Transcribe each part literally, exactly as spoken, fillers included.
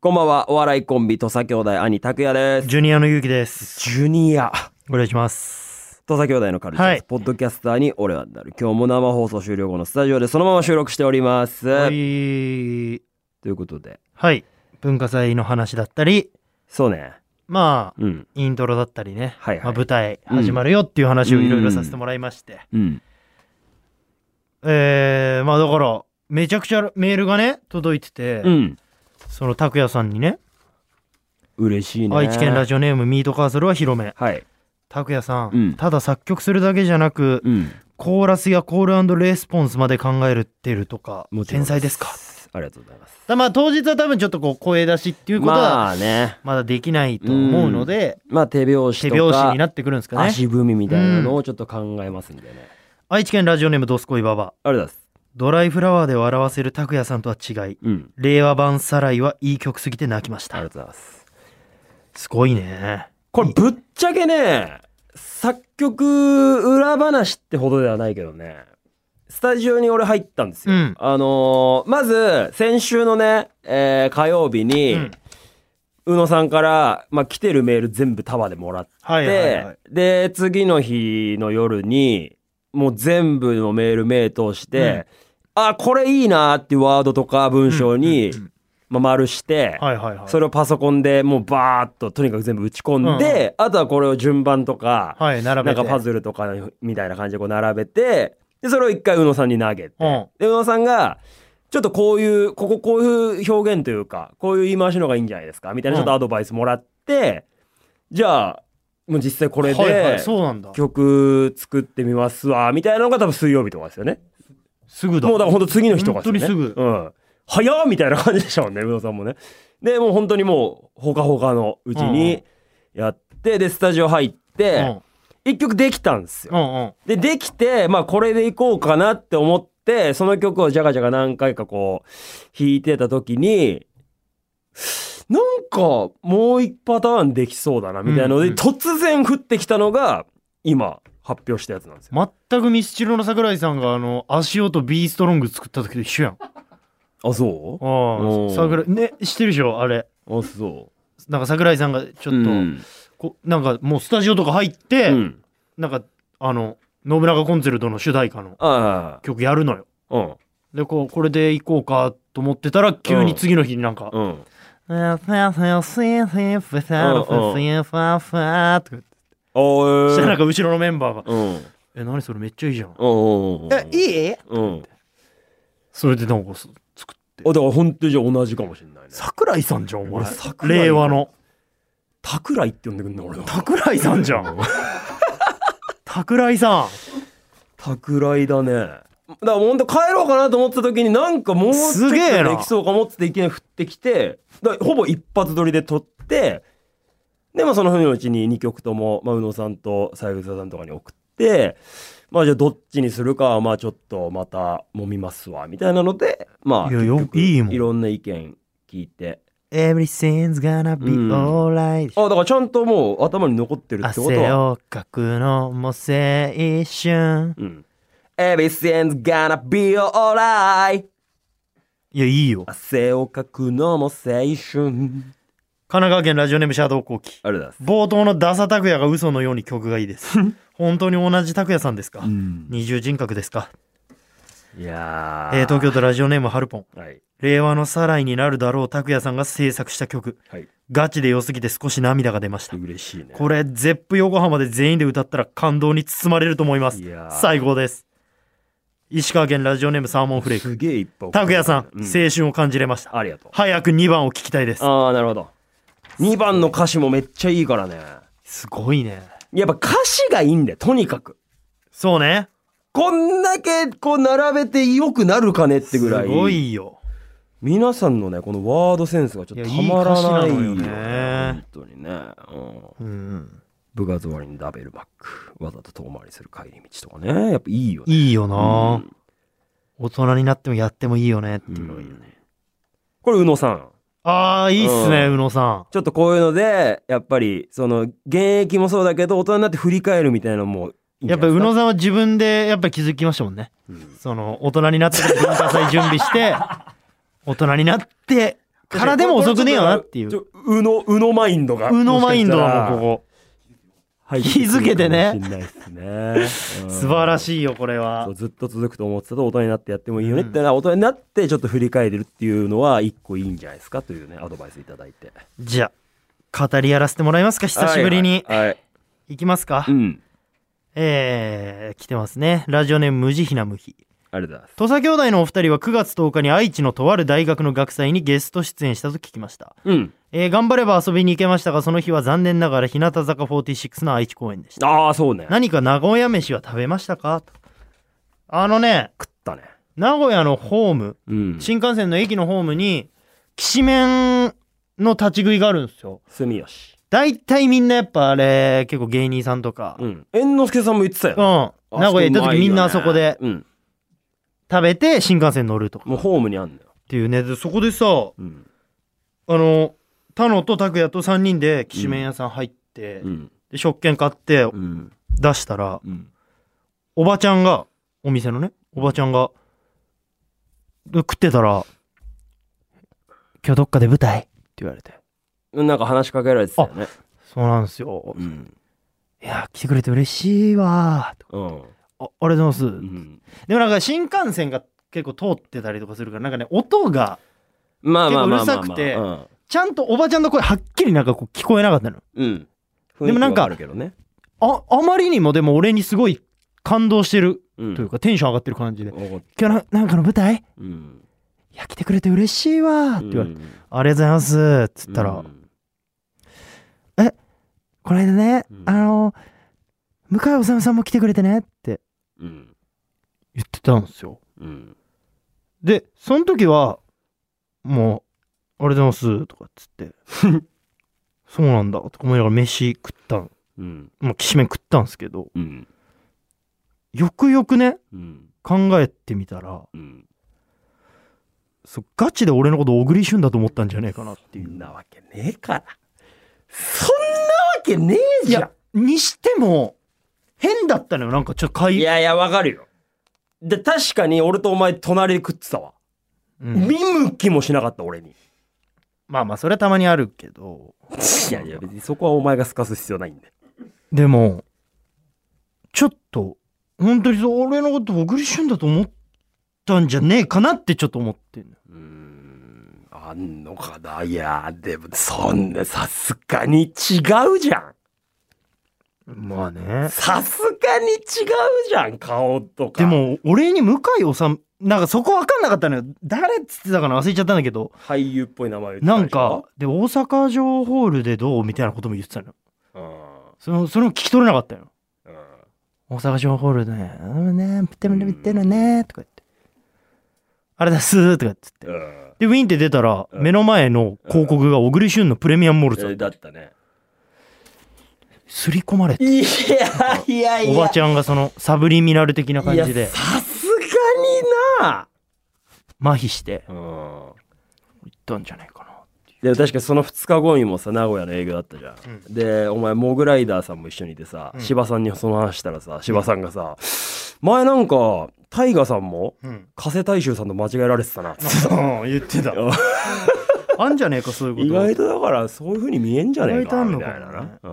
こんばんは。お笑いコンビ土佐兄弟兄拓也です。 ジュニアのゆうきです。 ジュニアお願いします。 土佐兄弟のカルチャー、はい、ポッドキャスターに俺はなる。今日も生放送終了後のスタジオでそのまま収録しております。 はい。 ということで、 はい。文化祭の話だったり、 そうね。 まあ、 うん、 イントロだったりね、 はいはい、 まあ、舞台始まるよっていう話をいろいろさせてもらいまして、 うんうん、 えー、まあだからめちゃくちゃメールがね届いてて、 うん、その拓也さんにね、 嬉しいね。 愛知県ラジオネームミートカーソルは広め、 はい、 拓也さん、うん、ただ作曲するだけじゃなく、うん、コーラスやコール&レスポンスまで考えるってるとか天才ですか。 ありがとうございます。 だまあ当日は多分ちょっとこう声出しっていうことはまだできないと思うので、 まあ、ね、まあ手拍子とか手拍子になってくるんですかね。 足踏みみたいなのをちょっと考えますんでね、うん、 愛知県ラジオネームドスコイババ、 ありがとうございます。 ドライフラワーで笑わせる拓也さんとは違い、うん、令和版サライはいい曲すぎて泣きました。 ありがとうございます。 すごいね。 これぶっちゃけね、作曲裏話ってほどではないけどね、スタジオに俺入ったんですよ、うん、あのー、まず先週のね、えー、火曜日に、うん、宇野さんから、まあ、来てるメール全部束でもらって、はいはいはい、で次の日の夜にもう全部のメール目通して、うん、あこれいいなっていうワードとか文章に、うんうんうん、まあ、丸して、はいはいはい、それをパソコンでもうバーッととにかく全部打ち込んで、うんうん、あとはこれを順番とか、はい、並べてなんかパズルとかみたいな感じでこう並べて、でそれを一回宇野さんに投げて、うん、で宇野さんがちょっとこういうこここういう表現というかこういう言い回しの方がいいんじゃないですかみたいなちょっとアドバイスもらって、うん、じゃあもう実際これで曲作ってみますわみたいなのが多分水曜日とかですよね。 すぐだ。 もうだから本当次の日とかですよね。 本当にすぐ。 うん。早っみたいな感じでしたもんね、宇野さんもね。でもう本当にもうほかほかのうちにやって、うん、でスタジオ入って、うん一曲できたんですよ、うんうん、でできてまあこれでいこうかなって思ってその曲をジャカジャカ何回かこう弾いてた時になんかもう一パターンできそうだなみたいなので、うんうん、突然降ってきたのが今発表したやつなんですよ。 全くミスチルの桜井さんがあの足音 B ストロング作った時と一緒やん。 あそうああ桜井ね知ってるでしょあれ。 あそうなんか桜井さんがちょっと、うんこなんかもうスタジオとか入って、うん、なんかあの信長コンチェルトの主題歌の曲やるのよ、うん、でこうこれでいこうかと思ってたら急に次の日になんか「うんそしたらなんか後ろのメンバーが「うん、え何それめっちゃいいじゃん」えいい、うん、それでなんか作ってあだから本当にじゃあ同じかもしれないね。 桜井さんじゃんお前令和の桜井って呼んでくんね俺の。 桜井さんじゃん桜井さん桜井だね。だからほんと帰ろうかなと思った時になんかもうちょっとできそうかもっていきなり降ってきてだほぼ一発撮りで撮ってでまあその日のうちににきょくとも、まあ、宇野さんと三枝さんとかに送ってまあじゃあどっちにするかはまあちょっとまた揉みますわみたいなのでまあいやよいいもんいろんな意見聞いて Everything's gonna be alright、 うん、あだからちゃんともう頭に残ってるってことは汗をかくのも青春、うん、 Everything's gonna be alright いやいいよ汗をかくのも青春。神奈川県ラジオネームシャドウコウキ。 ありがとうございます。 冒頭のダサ拓也が嘘のように曲がいいです本当に同じ拓也さんですか、うん、二重人格ですか。 いやー、えー、東京都ラジオネームハルポン、 はい、 令和のサライになるだろう拓也さんが制作した曲、はい、ガチで良すぎて少し涙が出ました。 嬉しいね。 これゼップ横浜で全員で歌ったら感動に包まれると思います。最高です。石川県ラジオネームサーモンフレーク。 すげえいっぱい拓也さん、うん、青春を感じれました。 ありがとう。 早くにばんを聞きたいです。 ああなるほど。にばんの歌詞もめっちゃいいからね。 すごいね。 やっぱ歌詞がいいんだよとにかく。 そうね。 こんだけこう並べて良くなるかねってぐらいすごいよ。 皆さんのねこのワードセンスがちょっとたまらないよね。本当にね、うんうん、部活終わりにダベルバックわざと遠回りする帰り道とかねやっぱいいよね。 いいよな、うん、大人になってもやってもいいよねっていうのがいいよね、うん、これ宇野さんああいいっすね、うん、宇野さんちょっとこういうのでやっぱりその現役もそうだけど大人になって振り返るみたいなのもやっぱり宇野さんは自分でやっぱり気づきましたもんね、うん、その大人になって文化祭準備して大人になってからでも遅くねえよなっていう。 うの、うのマインドが。 うのマインドだもん、ここ。気づけてね。素晴らしいよ、これは。 ずっと続くと思ってたと大人になってやってもいいよねってのは、大人になってちょっと振り返るっていうのは一個いいんじゃないですかというね、アドバイスいただいて。 じゃあ、語りやらせてもらいますか、久しぶりに。はい、はい。いきますか。うん。えー、来てますね。ラジオネーム、無慈悲な無比。 ありがとうございます。 土佐兄弟のお二人はくがつとおかに愛知のとある大学の学祭にゲスト出演したと聞きました。うん。えー、頑張れば遊びに行けましたが、その日は残念ながら日向坂フォーティシックスの愛知公演でした。 ああ、そうね。 何か名古屋飯は食べましたかと。あのね、 食ったね。 名古屋のホーム、うん、新幹線の駅のホームに、きしめんの立ち食いがあるんですよ。 住吉。 大体みんなやっぱあれ、結構芸人さんとか。 うん。猿之助さんも言ってたよ。 うん。名古屋行った時みんなあそこで、うん、食べて新幹線乗るとか。 もうホームにあんだよ。 っていうね。で、そこでさ、うん、あの、田野と拓也とさんにんできしめん屋さん入って、うん、で食券買って、うん、出したら、うん、おばちゃんが、お店のね、おばちゃんが、食ってたら、今日どっかで舞台って言われて。 なんか話しかけられてたよね。 そうなんですよ。うん、いや、来てくれて嬉しいわーと、うん。あ、ありがとうございます。うん、でもなんか新幹線が結構通ってたりとかするから、なんかね、音が結構うるさくて、ちゃんとおばちゃんの声はっきりなんかこう聞こえなかったの。うん。でもなんか、ね、あ、あまりにもでも俺にすごい感動してるというか、うん、テンション上がってる感じで、今日ななんかの舞台、うん、いや来てくれて嬉しいわって言われて、うん、ありがとうございますっつったら、うん、え、この間ね、うん、あの向井理さんも来てくれてねって言ってたんですよ。うん、でその時はもうありがとうございますとかっつってそうなんだとか思いながら飯食ったん、うん、まあきしめん食ったんですけど、うん、よくよくね、うん、考えてみたら、うん、そガチで俺のこと小栗旬だと思ったんじゃねえかなっていう。 そんなわけねえからそんなわけねえじゃん。いやにしても変だったのよ。なんかちょっとかいいやいやわかるよ。で確かに俺とお前隣で食ってたわ、うん、見向きもしなかった俺に。 まあまあそれはたまにあるけどいやいや別にそこはお前がすかす必要ないんで。 でもちょっと本当に俺のこと小栗旬だと思ったんじゃねえかなってちょっと思ってんの。うーんあんのかな。いやでもそんなさすがに違うじゃん。 まあねさすがに違うじゃん顔とか。 でも俺に向井理なんかそこ分かんなかったのよ。誰っつってたかな忘れちゃったんだけど俳優っぽい名前言ってたなんかで大阪城ホールでどうみたいなことも言ってたのよ。そのそれも聞き取れなかったよ。大阪城ホールでね、うんね、プテムレビってるねとか言って、あれだすーとか言って、でウィンって出たら目の前の広告が小栗旬のプレミアムモルツだったね。 すり込まれて、 いやいやいや、 おばちゃんがそのサブリミナル的な感じで、 さすがにな麻痺して行ったんじゃないかな。 で確かにそのふつかごにもさ名古屋の営業だったじゃん、うん、でお前モグライダーさんも一緒にいてさ、うん、柴さんにその話したらさ柴さんがさ、うん、前なんかタイガさんも、うん、加瀬大衆さんと間違えられてたなって言ってたあんじゃねえかそういうこと。 意外とだからそういう風に見えんじゃねえかみたいなな、ね、うん、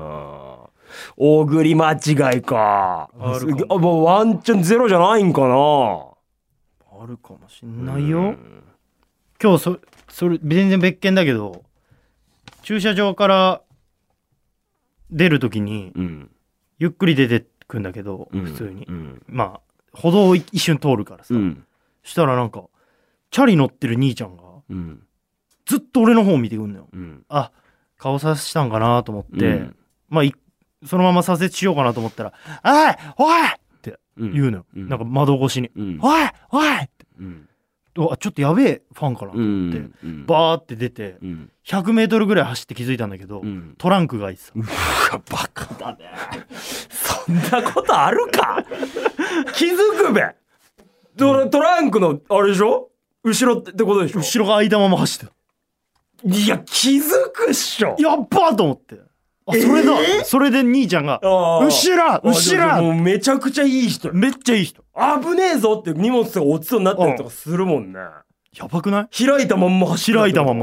大栗間違いか。あるかも。ワンチャンゼロじゃないんかな。 あるかもしんないよ、うん、今日そそれ全然別件だけど駐車場から出るときに、うん、ゆっくり出てくんだけど、うん、普通に、うん、まあ歩道を一瞬通るからさ、うん、したらなんかチャリ乗ってる兄ちゃんが、うん、ずっと俺の方見てくんのよ、うん、あ顔さしたんかなと思って、うん、まあそのまま左折しようかなと思ったらおいおいって言うのよ、うん、なんか窓越しに、うん、おいおいって、うんあちょっとやべえファンかなと思って、うんうん、バーって出て、うん、ひゃくメートルぐらい走って気づいたんだけど、うん、トランクがいいっす。 うわバカだねそんなことあるか気づくべトラ、トランクのあれでしょ後ろってことでしょ。 後ろが開いたまま走ってた。いや気づくっしょ。 やっばと思ってあそれだ、えー、それで兄ちゃんが後ろ後ろもうめちゃくちゃいい人、 めっちゃいい人、 危ねえぞって荷物が落ちそうになったりとかするもんね。 やばくない？ 開いたまんま走開いたまんま走って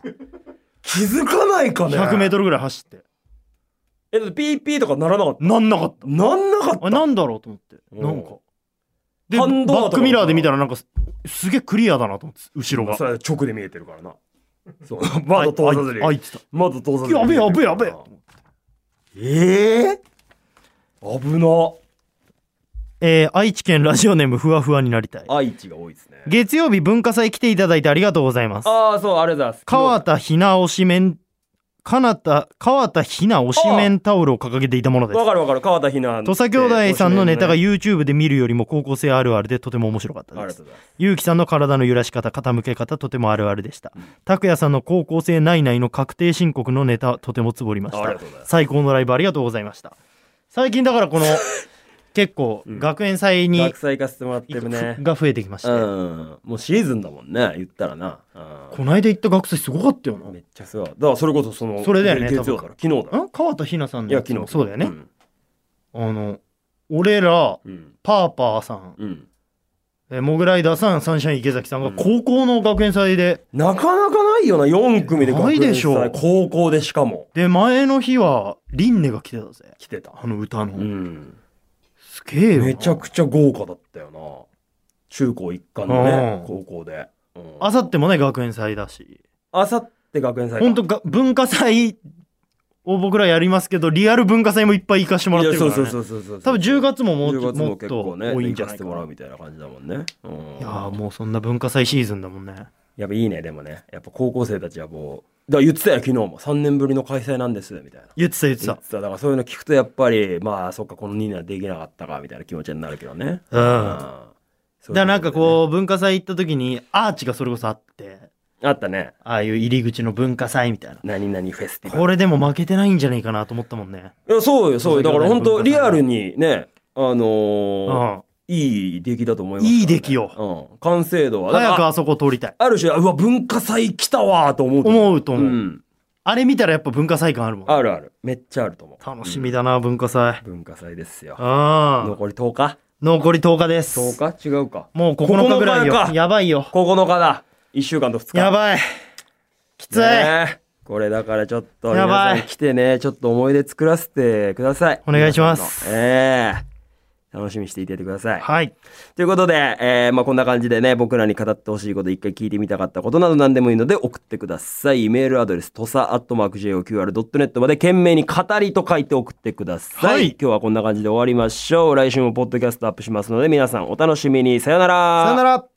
気づかないかね。 ひゃくメートルぐらい走って。 え、だってピーピーとかならなかった？ なんなかった。 なんなかった。 あ、なんだろうと思って。なんか。で、バックミラーで見たらなんか、すげえクリアだなと思って、後ろが。 それ直で見えてるからな。そう。窓通さずに。 開いてた。 窓通さずに。 やべえやべえやべえ。 えー、危な。 えー、愛知県ラジオネームふわふわになりたい。 愛知が多いですね。 月曜日文化祭来ていただいてありがとうございます。 ああ、そう、ありがとうございます。 川田ひな推しメン、かなた、川田ひな推しメンタオルを掲げていたものです。 わかるわかる、川田ひな。 土佐兄弟さんのネタが YouTube で見るよりも高校生あるあるでとても面白かったです。ありがとうございます。ゆうきさんの体の揺らし方、傾け方、とてもあるあるでした。拓也さんの高校生内々の確定申告のネタ、とてもつぼりました。最高のライブありがとうございました。最近だからこの、結構学園祭に、 学祭行かせてもらってるね。 が増えてきました、ね。うん。 もうシーズンだもんね、言ったらな。 こないだ行った学祭すごかったよな。 めっちゃすごい。だからそれこそその、 それだよね。 月曜だから、昨日だ。 ん川田ひなさんの。 いや、昨日。 そうだよね。あの、俺ら、パーパーさん、えモグライダーさん、サンシャイン池崎さんが高校の学園祭で。 なかなかないよな、よん組で学園祭。ないでしょ。高校でしかも。 で、前の日は、リンネが来てたぜ。 来てた。 あの歌の。うん。 すげえよ。 めちゃくちゃ豪華だったよな。中高一貫のね、高校で。 あさってもね、学園祭だし。 あさって学園祭ほんとが、文化祭を僕らやりますけど、リアル文化祭もいっぱい行かしてもらってるからね。 そうそうそうそう。 多分じゅうがつももうもっと多いんじゃないかな。 行かせてもらうみたいな感じだもんね。 いやーもうそんな文化祭シーズンだもんね。 やっぱいいね、でもね。やっぱ高校生たちはもう、だから言ってたよ、昨日も。さんねんぶりの開催なんです、みたいな。 言ってた言ってた。 だからそういうの聞くとやっぱり、まあそっか、このにねんはできなかったか、みたいな気持ちになるけどね。 うん。だからなんかこう、文化祭行った時に、アーチがそれこそあって。 あったね。 ああいう入り口の文化祭みたいな。 何々フェスティバル。 これでも負けてないんじゃないかなと思ったもんね。 いや、そうよ、そうよ。だから本当リアルにね、あのー、いい出来だと思います、ね。 いい出来よ。 うん。完成度は。 早くあそこ通りたい。 ある種、うわ、文化祭来たわと思う。 思うと思う。うん。あれ見たらやっぱ文化祭感あるもん。 あるある。めっちゃあると思う。 楽しみだな、うん、文化祭。 文化祭ですよ。 ああ。 残りとおか？ 残りとおかです。 とおか？違うか。 もうここのかぐらいよ。やばいよ。 ここのかだ。いっしゅうかんとふつか。 やばい。きつい。ね、 これだからちょっと皆さん来てね、ちょっと思い出作らせてください。 お願いします。 ええー、楽しみにしていてください。 はい。 ということで、えー、まあこんな感じでね、僕らに語ってほしいこと、一回聞いてみたかったことなど何でもいいので送ってください。メールアドレス、とさアットマークジェイオーキューアールドットネット まで懸命に語りと書いて送ってください。はい。今日はこんな感じで終わりましょう。来週もポッドキャストアップしますので、皆さんお楽しみに。さよなら。 さよなら。